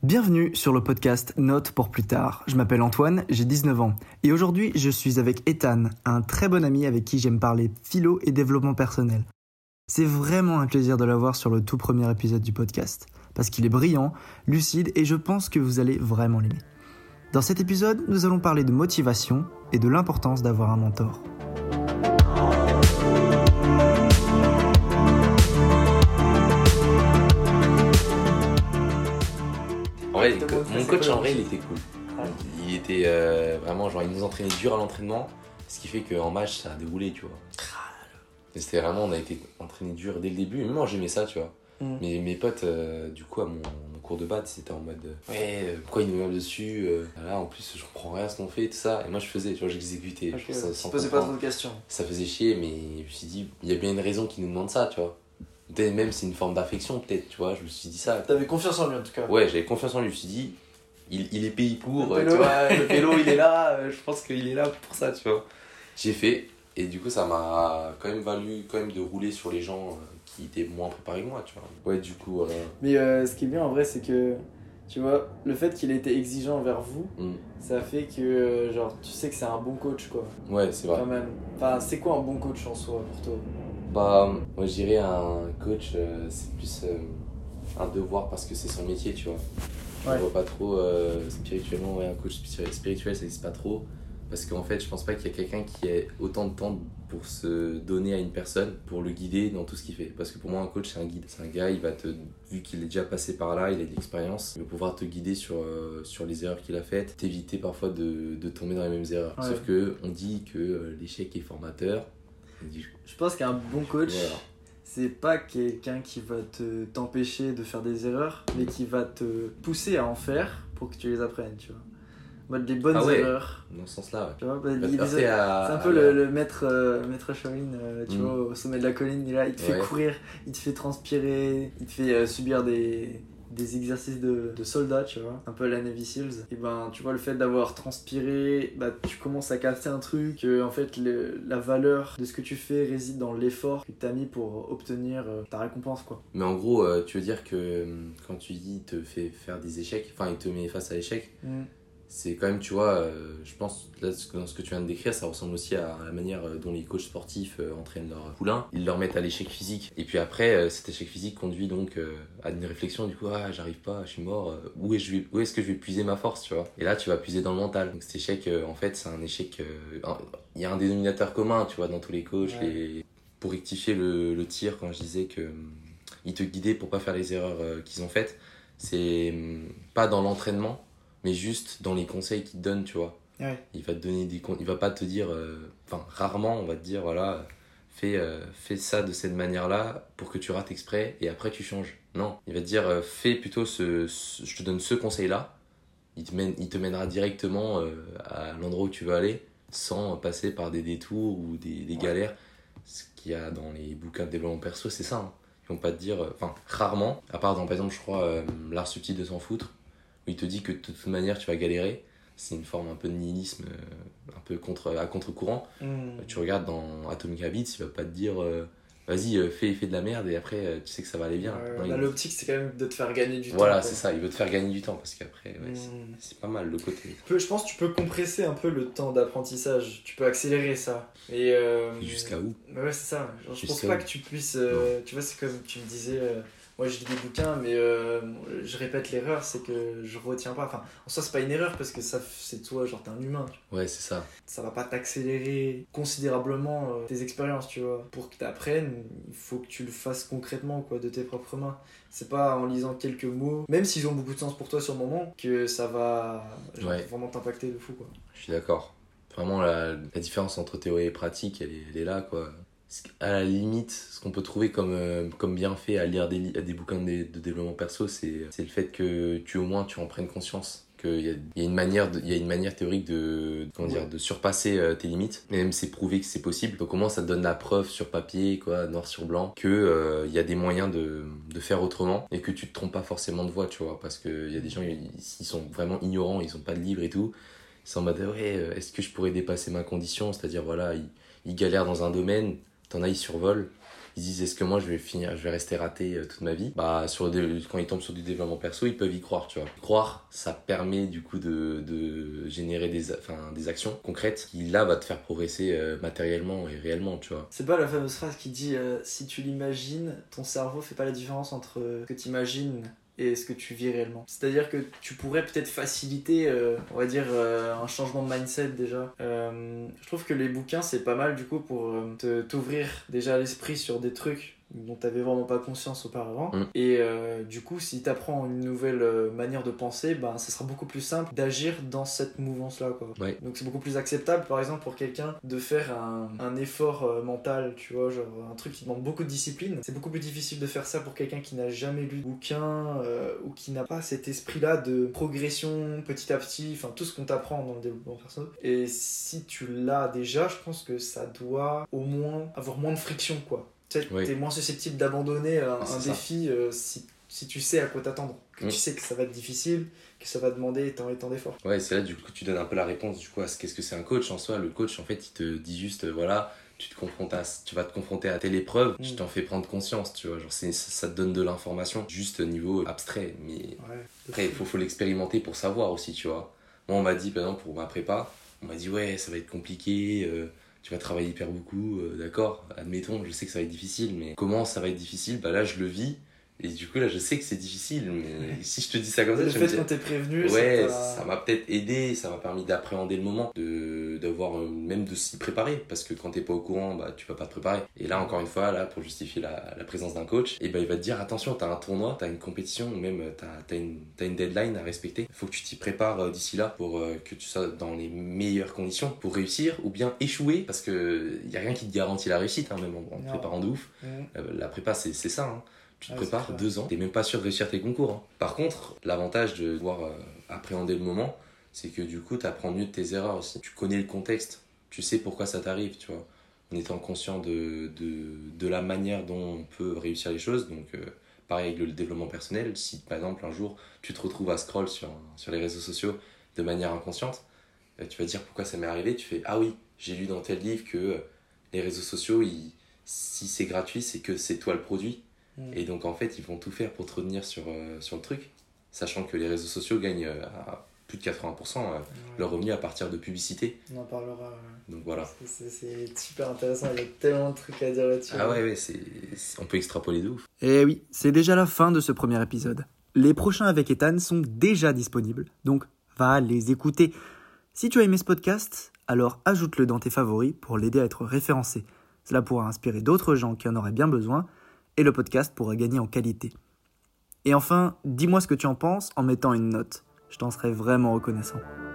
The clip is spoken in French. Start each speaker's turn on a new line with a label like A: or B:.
A: Bienvenue sur le podcast Notes pour plus tard. Je m'appelle Antoine, j'ai 19 ans. Et aujourd'hui, je suis avec Ethan, un très bon ami avec qui j'aime parler philo et développement personnel. C'est vraiment un plaisir de l'avoir sur le tout premier épisode du podcast, parce qu'il est brillant, lucide et je pense que vous allez vraiment l'aimer. Dans cet épisode, nous allons parler de motivation et de l'importance d'avoir un mentor.
B: En vrai, mon coach en vrai il était cool. Il était vraiment genre il nous entraînait dur à l'entraînement, ce qui fait qu'en match ça a déroulé, tu vois. Et c'était vraiment, on a été entraîné dur dès le début, et même moi j'aimais ça, tu vois. Mais mes potes, du coup, à mon cours de batte, c'était en mode pourquoi ils nous mettent dessus là, en plus, je comprends rien à ce qu'on fait, tout ça. Et moi je faisais, tu vois, j'exécutais.
A: Okay,
B: sans
A: posais pas trop de questions.
B: Ça faisait chier, mais je me suis dit, il y a bien une raison qu'ils nous demandent ça, tu vois. Peut-être même c'est une forme d'affection, peut-être, tu vois, je me suis dit ça.
A: T'avais confiance en lui en tout cas.
B: Ouais, j'avais confiance en lui, je me suis dit, il est payé pour,
A: tu
B: vois, le vélo il est là, je pense qu'il est là pour ça, tu vois. J'ai fait, et du coup ça m'a quand même valu de rouler sur les gens qui étaient moins préparés que moi, tu vois. Ouais, du coup...
C: Mais ce qui est bien en vrai, c'est que, tu vois, le fait qu'il ait été exigeant envers vous, ça fait que, genre, tu sais que c'est un bon coach, quoi.
B: Ouais, c'est vrai.
C: Quand même. Enfin, c'est quoi un bon coach en soi pour toi ?
B: Bah, moi je dirais un coach, c'est plus un devoir parce que c'est son métier, tu vois. Je vois pas trop spirituellement, ouais, un coach spirituel ça existe pas trop. Parce qu'en fait, je pense pas qu'il y a quelqu'un qui ait autant de temps pour se donner à une personne, pour le guider dans tout ce qu'il fait. Parce que pour moi, un coach, c'est un guide. C'est un gars, il va vu qu'il est déjà passé par là, il a de l'expérience, il va pouvoir te guider sur les erreurs qu'il a faites, t'éviter parfois de tomber dans les mêmes erreurs.
C: Ouais.
B: Sauf que on dit que l'échec est formateur.
C: Je pense qu'un bon coach,
B: voilà.
C: c'est pas quelqu'un qui va t'empêcher de faire des erreurs, mais qui va te pousser à en faire pour que tu les apprennes, tu vois. Mode des bonnes erreurs.
B: Dans ce sens-là, ouais.
C: Tu vois,
B: C'est
C: un peu le maître Shaolin, tu vois, au sommet de la colline, il est là, il te fait courir, il te fait transpirer, il te fait subir des exercices de soldat, tu vois, un peu à la Navy Seals. Et ben, tu vois, le fait d'avoir transpiré, bah, tu commences à capter un truc, en fait, la valeur de ce que tu fais réside dans l'effort que tu as mis pour obtenir ta récompense, quoi.
B: Mais en gros, tu veux dire que quand tu dis il te fait faire des échecs, enfin, il te met face à l'échec, c'est quand même, tu vois, je pense, là, dans ce que tu viens de décrire, ça ressemble aussi à la manière dont les coachs sportifs entraînent leurs poulains. Ils leur mettent à l'échec physique. Et puis après, cet échec physique conduit donc à une réflexion, du coup, j'arrive pas, je suis mort, où est-ce que je vais puiser ma force, tu vois. Et là, tu vas puiser dans le mental. Donc cet échec, en fait, c'est un échec... Il y a un dénominateur commun, tu vois, dans tous les coachs. Ouais. Pour rectifier le tir, quand je disais que ils te guidaient pour pas faire les erreurs qu'ils ont faites, c'est pas dans l'entraînement, mais juste dans les conseils qu'il te donne, tu vois.
C: Ouais.
B: Il va te donner il va pas te dire, rarement on va te dire, voilà, fais ça de cette manière-là pour que tu rates exprès et après tu changes. Non, il va te dire, fais plutôt je te donne ce conseil-là, il te mènera directement à l'endroit où tu veux aller sans passer par des détours ou des galères. Ce qu'il y a dans les bouquins de développement perso, c'est ça. Hein. Ils vont pas te dire, rarement, à part dans, par exemple, je crois, l'art subtil de s'en foutre, où il te dit que de toute manière tu vas galérer. C'est une forme un peu de nihilisme, un peu à contre-courant. Tu regardes dans Atomic Habits, il va pas te dire vas-y, fais de la merde et après tu sais que ça va aller bien.
C: Non, l'optique c'est quand même de te faire gagner du temps.
B: Voilà, c'est ça, il veut te faire gagner du temps parce qu'après, c'est pas mal le côté.
C: Je pense que tu peux compresser un peu le temps d'apprentissage, tu peux accélérer ça. Et
B: jusqu'à où ?
C: Ouais, c'est ça. Genre, je pense pas que tu puisses. Tu vois, c'est comme tu me disais. Moi je lis des bouquins mais je répète l'erreur, c'est que je retiens pas, enfin en soi c'est pas une erreur parce que ça c'est toi, genre t'es un humain, tu vois.
B: Ouais, c'est ça.
C: Ça va pas t'accélérer considérablement tes expériences, tu vois. Pour que t'apprennes, il faut que tu le fasses concrètement, quoi, de tes propres mains. C'est pas en lisant quelques mots, même s'ils ont beaucoup de sens pour toi sur le moment, que ça va vraiment t'impacter de fou, quoi.
B: Je suis d'accord. Vraiment la différence entre théorie et pratique, elle est là, quoi. À la limite, ce qu'on peut trouver comme bienfait à lire des bouquins de développement perso, c'est le fait que au moins tu en prennes conscience. Qu'il y a une manière théorique de surpasser tes limites. Et même c'est prouvé que c'est possible. Donc au moins ça te donne la preuve sur papier, quoi, noir sur blanc, que y a des moyens de faire autrement et que tu te trompes pas forcément de voie, tu vois. Parce qu'il y a des gens, ils sont vraiment ignorants, ils ont pas de livre et tout. Ils sont en mode est-ce que je pourrais dépasser ma condition ? C'est-à-dire voilà, ils galèrent dans un domaine. T'en as, ils survolent, ils disent est-ce que moi je vais rester raté toute ma vie. Bah quand ils tombent sur du développement perso, ils peuvent y croire, tu vois. Croire, ça permet du coup de générer des actions concrètes qui là va te faire progresser matériellement et réellement, tu vois.
C: C'est pas la fameuse phrase qui dit si tu l'imagines, ton cerveau fait pas la différence entre ce que tu imagines et ce que tu vis réellement. C'est-à-dire que tu pourrais peut-être faciliter, on va dire, un changement de mindset déjà. Je trouve que les bouquins, c'est pas mal du coup pour t'ouvrir déjà l'esprit sur des trucs dont t'avais vraiment pas conscience auparavant. Et du coup, si t'apprends une nouvelle manière de penser, ben, ça sera beaucoup plus simple d'agir dans cette mouvance-là, quoi.
B: Ouais.
C: Donc c'est beaucoup plus acceptable, par exemple, pour quelqu'un de faire un effort mental, tu vois, genre un truc qui demande beaucoup de discipline. C'est beaucoup plus difficile de faire ça pour quelqu'un qui n'a jamais lu de bouquin ou qui n'a pas cet esprit-là de progression petit à petit, enfin tout ce qu'on t'apprend dans le développement personnel. Et si tu l'as déjà, je pense que ça doit au moins avoir moins de friction, quoi. Tu sais, t'es moins susceptible d'abandonner un défi si tu sais à quoi t'attendre. Que tu sais que ça va être difficile, que ça va demander tant et tant d'efforts.
B: Ouais, c'est là du coup tu donnes un peu la réponse du coup à qu'est-ce que c'est un coach en soi. Le coach en fait il te dit juste voilà, tu vas te confronter à telle épreuve, tu t'en fais prendre conscience, tu vois, genre ça te donne de l'information juste au niveau abstrait, mais après il faut l'expérimenter pour savoir aussi, tu vois. Moi on m'a dit par exemple pour ma prépa, on m'a dit ouais ça va être compliqué, tu vas travailler hyper beaucoup, d'accord, admettons, je sais que ça va être difficile, mais comment ça va être difficile? Bah là je le vis. Et du coup là je sais que c'est difficile, mais si je te dis ça comme ça,
C: le
B: tu vas me
C: fait
B: dire,
C: qu'on t'ait prévenu,
B: ouais, ça m'a peut-être aidé, ça m'a permis d'appréhender le moment, même de s'y préparer, parce que quand t'es pas au courant, bah tu vas pas te préparer. Et là encore une fois, là pour justifier la présence d'un coach, et bah il va te dire attention, t'as un tournoi, t'as une compétition, ou même t'as une deadline à respecter. Faut que tu t'y prépares d'ici là pour que tu sois dans les meilleures conditions pour réussir ou bien échouer, parce que y a rien qui te garantit la réussite, hein, même en te préparant de ouf. La prépa c'est ça, hein. Tu te prépares 2 ans, t'es même pas sûr de réussir tes concours, hein. Par contre, l'avantage de pouvoir appréhender le moment, c'est que du coup t'apprends mieux de tes erreurs aussi. Tu connais le contexte, tu sais pourquoi ça t'arrive, tu vois, en étant conscient de la manière dont on peut réussir les choses. Donc pareil avec le développement personnel, si par exemple un jour tu te retrouves à scroll sur les réseaux sociaux de manière inconsciente, tu vas dire pourquoi ça m'est arrivé, tu fais ah oui, j'ai lu dans tel livre que les réseaux sociaux, si c'est gratuit, c'est que c'est toi le produit. Et donc en fait ils vont tout faire pour te retenir sur le truc, sachant que les réseaux sociaux gagnent à plus de 80% leur revenu à partir de publicité.
C: On en parlera.
B: Donc voilà.
C: C'est super intéressant, il y a tellement de trucs à dire là-dessus.
B: Ah ouais, on peut extrapoler de ouf.
A: Et oui, c'est déjà la fin de ce premier épisode. Les prochains avec Ethan sont déjà disponibles, donc va les écouter. Si tu as aimé ce podcast, alors ajoute-le dans tes favoris pour l'aider à être référencé. Cela pourra inspirer d'autres gens qui en auraient bien besoin, et le podcast pourra gagner en qualité. Et enfin, dis-moi ce que tu en penses en mettant une note. Je t'en serais vraiment reconnaissant.